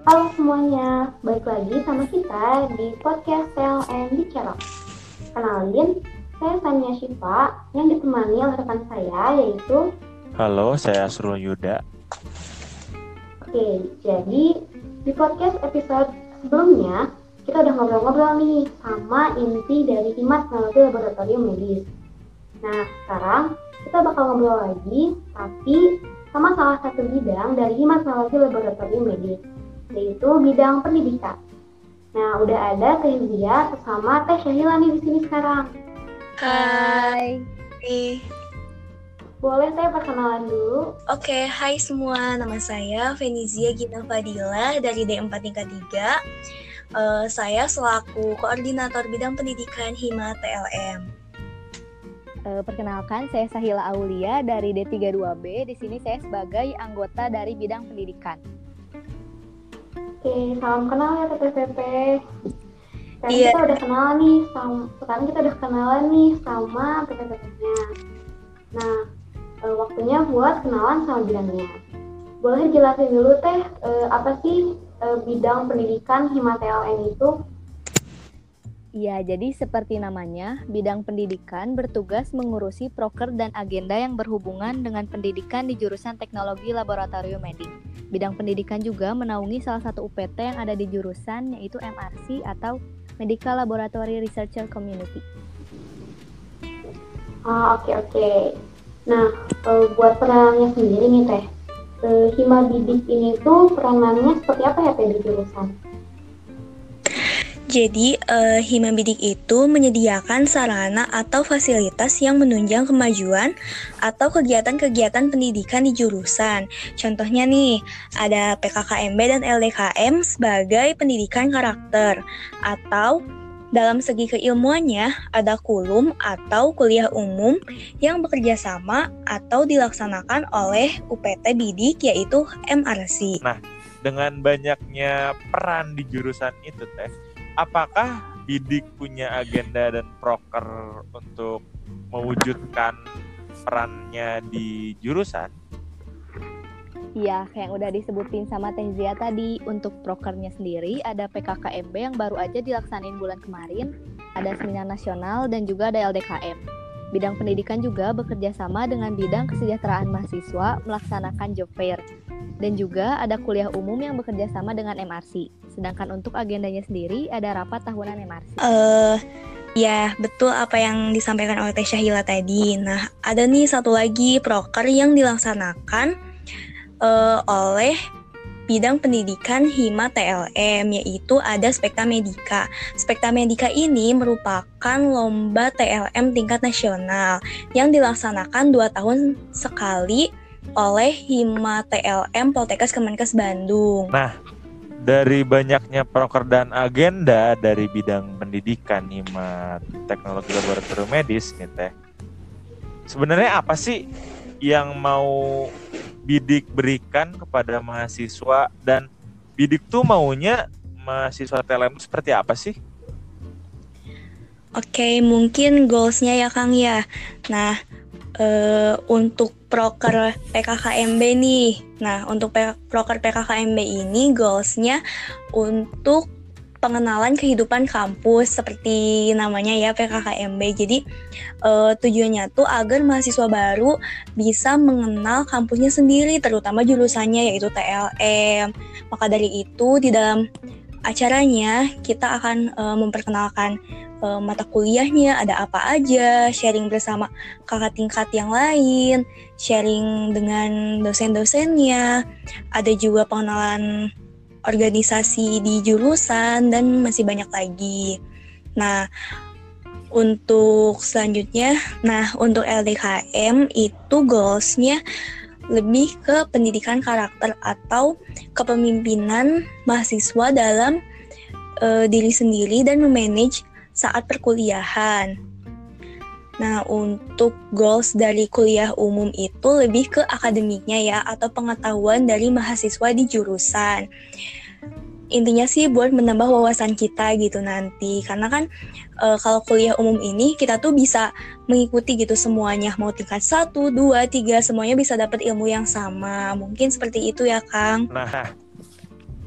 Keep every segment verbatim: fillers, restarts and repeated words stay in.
Halo semuanya, balik lagi sama kita di podcast T L M Bicara. Kenalin, saya Tania Syifa yang ditemani oleh rekan saya yaitu Halo, saya Asrul Yuda. Oke, jadi di podcast episode sebelumnya kita udah ngobrol-ngobrol nih sama inti dari Himat Teknologi Laboratorium Medis. Nah, sekarang kita bakal ngobrol lagi, tapi sama salah satu bidang dari Himat Teknologi Laboratorium Medis, yaitu bidang pendidikan. Nah, udah ada Teh Zia bersama Teh Syahila nih di sini sekarang. Hai. Hai. Boleh Teh perkenalan dulu? Oke, hai semua. Nama saya Venizia Gina Fadila dari D empat tingkat tiga. Uh, saya selaku Koordinator Bidang Pendidikan Hima T L M. Uh, perkenalkan, saya Sahila Aulia dari D tiga dua B. Di sini saya sebagai anggota dari bidang pendidikan. Oke, salam kenal ya T P P. Sekarang Iya. kita udah kenalan nih, sama, sekarang kita udah kenalan nih sama T P P-nya. Nah, e, waktunya buat kenalan sama bidangnya. Boleh jelasin dulu Teh, e, apa sih e, bidang pendidikan Hima T L M itu? Ya, jadi seperti namanya, bidang pendidikan bertugas mengurusi proker dan agenda yang berhubungan dengan pendidikan di jurusan Teknologi Laboratorium Medik. Bidang pendidikan juga menaungi salah satu U P T yang ada di jurusan, yaitu M R C atau Medical Laboratory Researcher Community. Ah, oke oke. Nah, e, buat peranannya sendiri nih Teh, e, Hima Bidik ini tuh peranannya seperti apa ya Teh di jurusan? Jadi, uh, Hima Bidik itu menyediakan sarana atau fasilitas yang menunjang kemajuan atau kegiatan-kegiatan pendidikan di jurusan. Contohnya nih, ada P K K M B dan L D K M sebagai pendidikan karakter. Atau dalam segi keilmuannya, ada kulum atau kuliah umum yang bekerja sama atau dilaksanakan oleh U P T Bidik, yaitu M R C. Nah, dengan banyaknya peran di jurusan itu, Teh, apakah Bidik punya agenda dan proker untuk mewujudkan perannya di jurusan? Iya, kayak yang udah disebutin sama Teh Zia tadi, untuk prokernya sendiri ada P K K M B yang baru aja dilaksanain bulan kemarin, ada seminar nasional dan juga ada L D K M. Bidang pendidikan juga bekerja sama dengan bidang kesejahteraan mahasiswa melaksanakan job fair. Dan juga ada kuliah umum yang bekerja sama dengan M R C. Sedangkan untuk agendanya sendiri ada rapat tahunan M R C. Uh, ya, betul apa yang disampaikan oleh Teh Syahila tadi. Nah, ada nih satu lagi proker yang dilaksanakan uh, oleh bidang pendidikan Hima T L M, yaitu ada Spekta Medika. Spekta Medika ini merupakan lomba T L M tingkat nasional yang dilaksanakan dua tahun sekali oleh Hima T L M Poltekkes Kemenkes Bandung. Nah, dari banyaknya proker dan agenda dari bidang pendidikan Hima Teknologi Laboratorium Medis nih Teh, sebenarnya apa sih yang mau Bidik berikan kepada mahasiswa, dan Bidik tuh maunya mahasiswa T L M seperti apa sih? Oke, mungkin goals-nya ya Kang ya. Nah, Uh, untuk proker P K K M B nih, nah untuk P- proker P K K M B ini goals-nya untuk pengenalan kehidupan kampus seperti namanya ya P K K M B. Jadi uh, tujuannya tuh agar mahasiswa baru bisa mengenal kampusnya sendiri, terutama jurusannya yaitu T L M. Maka dari itu di dalam acaranya kita akan uh, memperkenalkan uh, mata kuliahnya ada apa aja, sharing bersama kakak tingkat yang lain, sharing dengan dosen-dosennya, ada juga pengenalan organisasi di jurusan dan masih banyak lagi. Nah, untuk selanjutnya, nah untuk L D K M itu goals-nya lebih ke pendidikan karakter atau kepemimpinan mahasiswa dalam uh, diri sendiri dan memanage saat perkuliahan. Nah, untuk goals dari kuliah umum itu lebih ke akademiknya ya, atau pengetahuan dari mahasiswa di jurusan. Intinya sih buat menambah wawasan kita gitu nanti, karena kan e, kalau kuliah umum ini kita tuh bisa mengikuti gitu semuanya, mau tingkat satu, dua, tiga, semuanya bisa dapat ilmu yang sama. Mungkin seperti itu ya Kang. Nah,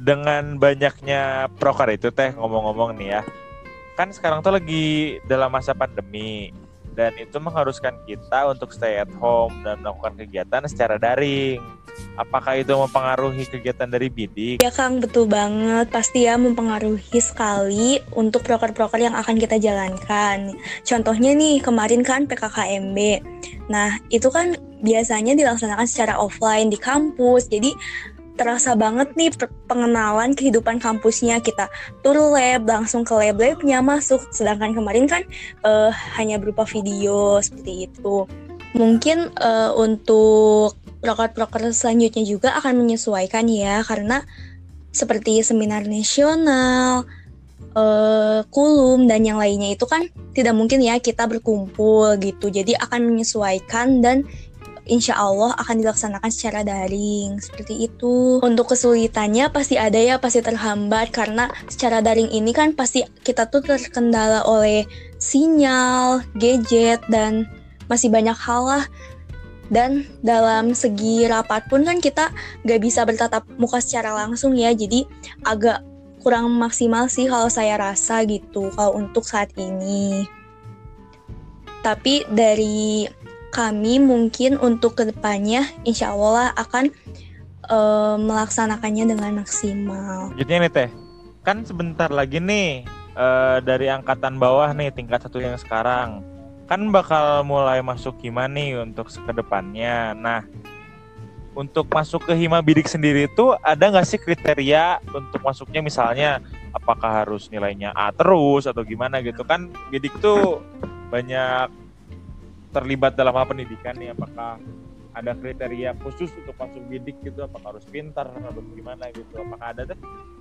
dengan banyaknya proker itu teh, ngomong-ngomong nih ya, kan sekarang tuh lagi dalam masa pandemi dan itu mengharuskan kita untuk stay at home dan melakukan kegiatan secara daring. Apakah itu mempengaruhi kegiatan dari bidik? Ya Kang, betul banget. Pasti ya mempengaruhi sekali untuk proker-proker yang akan kita jalankan. Contohnya nih, kemarin kan P K K M B. Nah, itu kan biasanya dilaksanakan secara offline di kampus. Jadi terasa banget nih pengenalan kehidupan kampusnya. Kita tur lab, langsung ke lab-labnya masuk. Sedangkan kemarin kan uh, hanya berupa video seperti itu. Mungkin uh, untuk proker-proker selanjutnya juga akan menyesuaikan ya, karena seperti seminar nasional, uh, kulum, dan yang lainnya itu kan tidak mungkin ya kita berkumpul gitu. Jadi akan menyesuaikan dan insya Allah akan dilaksanakan secara daring, seperti itu. Untuk kesulitannya pasti ada ya, pasti terhambat, karena secara daring ini kan pasti kita tuh terkendala oleh sinyal, gadget, dan masih banyak hal lah. Dan dalam segi rapat pun kan kita gak bisa bertatap muka secara langsung ya, jadi agak kurang maksimal sih kalau saya rasa gitu, kalau untuk saat ini. Tapi dari kami mungkin untuk kedepannya insya Allah akan uh, melaksanakannya dengan maksimal. Selanjutnya nih teh, kan sebentar lagi nih uh, dari angkatan bawah nih tingkat satu yang sekarang kan bakal mulai masuk hima nih untuk kedepannya. Nah, untuk masuk ke hima bidik sendiri itu ada nggak sih kriteria untuk masuknya, misalnya apakah harus nilainya A terus atau gimana gitu kan? Bidik tuh banyak terlibat dalam hal pendidikan nih, apakah ada kriteria khusus untuk masuk bidik gitu, apakah harus pintar atau gimana gitu, apakah ada tuh?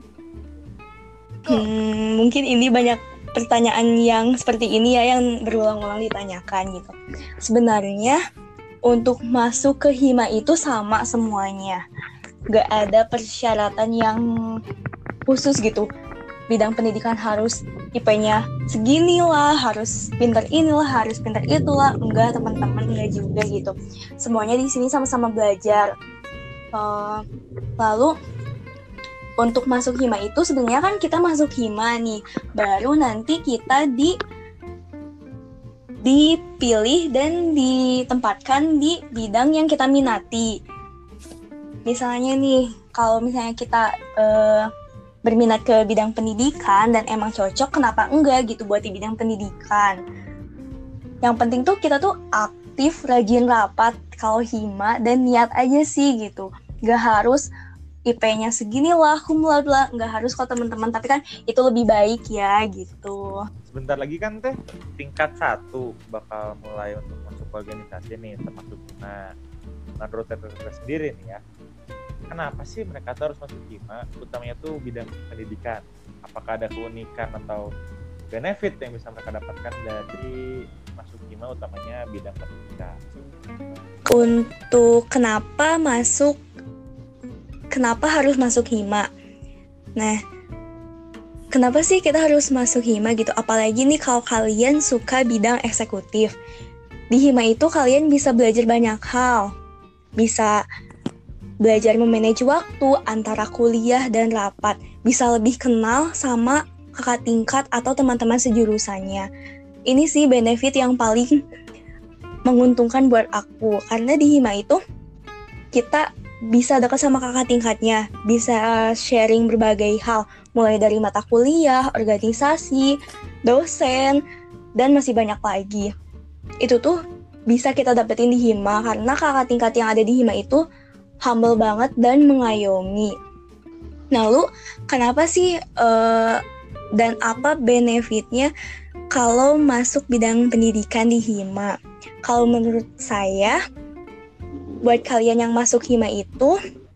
Hmm, mungkin ini banyak pertanyaan yang seperti ini ya yang berulang-ulang ditanyakan gitu. Sebenarnya untuk masuk ke hima itu sama semuanya, gak ada persyaratan yang khusus gitu. Bidang pendidikan harus I P-nya segini lah, harus pinter inilah, harus pinter itulah. Enggak teman-teman, enggak juga gitu. Semuanya di sini sama-sama belajar. Uh, lalu untuk masuk hima itu sebenarnya kan kita masuk hima nih, baru nanti kita di dipilih dan ditempatkan di bidang yang kita minati. Misalnya nih, kalau misalnya kita uh, berminat ke bidang pendidikan dan emang cocok, kenapa enggak gitu buat di bidang pendidikan. Yang penting tuh kita tuh aktif, rajin rapat kalau hima, dan niat aja sih gitu. Gak harus I P-nya segini lah, kumla bla, gak harus kok teman-teman, tapi kan itu lebih baik ya gitu. Sebentar lagi kan teh tingkat satu bakal mulai untuk masuk organisasi nih, termasuk hima. Menurut teh sendiri nih ya, kenapa sih mereka tuh harus masuk hima, utamanya tuh bidang pendidikan? Apakah ada keunikan atau benefit yang bisa mereka dapatkan dari masuk hima, utamanya bidang pendidikan? Untuk kenapa masuk, kenapa harus masuk hima? Nah, kenapa sih kita harus masuk hima gitu? Apalagi nih kalau kalian suka bidang eksekutif. Di hima itu kalian bisa belajar banyak hal. Bisa belajar memanage waktu antara kuliah dan rapat, bisa lebih kenal sama kakak tingkat atau teman-teman sejurusannya. Ini sih benefit yang paling menguntungkan buat aku, karena di hima itu kita bisa dekat sama kakak tingkatnya, bisa sharing berbagai hal, mulai dari mata kuliah, organisasi, dosen, dan masih banyak lagi. Itu tuh bisa kita dapetin di hima, karena kakak tingkat yang ada di hima itu humble banget dan mengayomi. Nah, lu kenapa sih uh, dan apa benefitnya kalau masuk bidang pendidikan di hima? Kalau menurut saya, buat kalian yang masuk hima itu,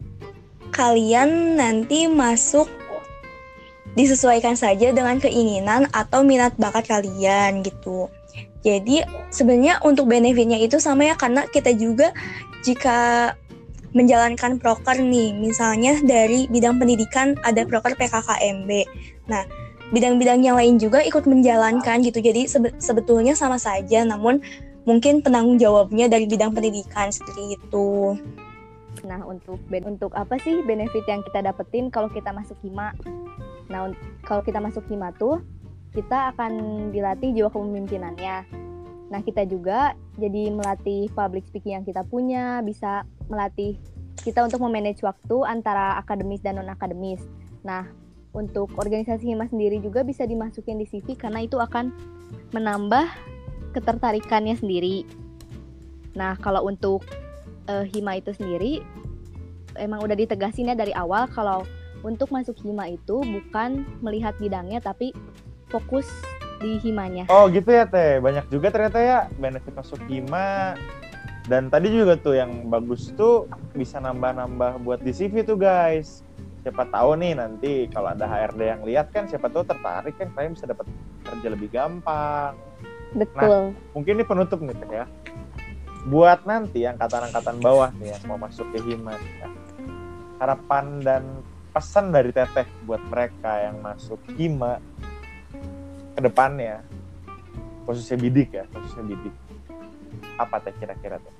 kalian nanti masuk disesuaikan saja dengan keinginan atau minat bakat kalian gitu. Jadi sebenarnya untuk benefitnya itu sama ya, karena kita juga jika menjalankan proker nih, misalnya dari bidang pendidikan ada proker P K K M B. Nah, bidang-bidang yang lain juga ikut menjalankan gitu. Jadi sebe- sebetulnya sama saja, namun mungkin penanggung jawabnya dari bidang pendidikan seperti itu. Nah, untuk ben- untuk apa sih benefit yang kita dapetin kalau kita masuk hima? Nah, un- kalau kita masuk hima tuh kita akan dilatih jiwa kepemimpinannya. Nah, kita juga jadi melatih public speaking yang kita punya, bisa melatih kita untuk memanage waktu antara akademis dan non-akademis. Nah, untuk organisasi hima sendiri juga bisa dimasukin di C V karena itu akan menambah ketertarikannya sendiri. Nah, kalau untuk uh, hima itu sendiri, emang udah ditegasin ya dari awal kalau untuk masuk hima itu bukan melihat bidangnya tapi fokus di himanya. Oh gitu ya Teh, banyak juga ternyata ya benefit masuk hima. Dan tadi juga tuh yang bagus tuh bisa nambah-nambah buat di C V tuh guys. Siapa tahu nih nanti kalau ada H R D yang lihat kan siapa tahu tertarik kan kalian bisa dapat kerja lebih gampang. Betul. Nah, mungkin ini penutup nih Teh ya. Buat nanti angkatan-angkatan bawah nih yang mau masuk ke hima nih, ya. Harapan dan pesan dari Teteh buat mereka yang masuk hima ke depannya, khususnya bidik ya, khususnya bidik. Apa Teh kira-kira Teh?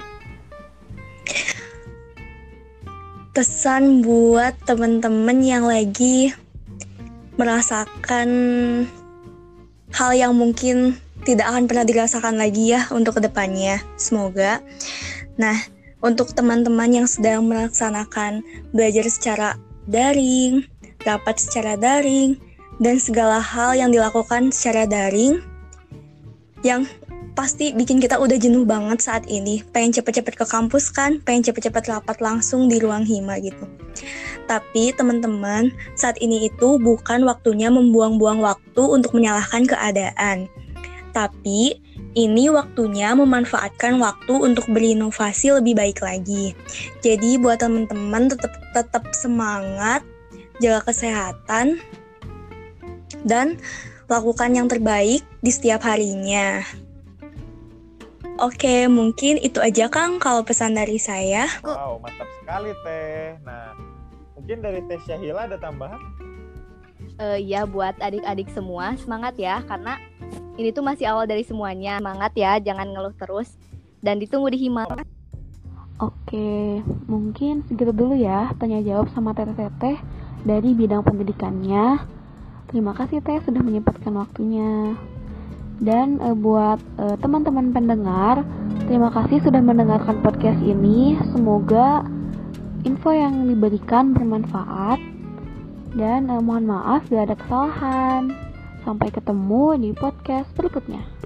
Pesan buat teman-teman yang lagi merasakan hal yang mungkin tidak akan pernah dirasakan lagi ya untuk kedepannya. Semoga. Nah, untuk teman-teman yang sedang melaksanakan belajar secara daring, rapat secara daring, dan segala hal yang dilakukan secara daring, yang pasti bikin kita udah jenuh banget saat ini. Pengen cepet-cepet ke kampus kan, pengen cepet-cepet rapat langsung di ruang hima gitu. Tapi teman-teman, saat ini itu bukan waktunya membuang-buang waktu untuk menyalahkan keadaan. Tapi ini waktunya memanfaatkan waktu untuk berinovasi lebih baik lagi. Jadi buat teman-teman tetap tetap semangat, jaga kesehatan, dan lakukan yang terbaik di setiap harinya. Oke, mungkin itu aja Kang kalau pesan dari saya. Wow, mantap sekali Teh. Nah, mungkin dari Teh Syahila ada tambahan? Uh, ya buat adik-adik semua semangat ya, karena ini tuh masih awal dari semuanya. Semangat ya, jangan ngeluh terus dan ditunggu di hima. Oke, mungkin segitu dulu ya tanya jawab sama Teteh-teteh dari bidang pendidikannya. Terima kasih Teh sudah menyempatkan waktunya. Dan e, buat e, teman-teman pendengar, terima kasih sudah mendengarkan podcast ini. Semoga info yang diberikan bermanfaat. Dan e, mohon maaf bila ada kesalahan. Sampai ketemu di podcast berikutnya.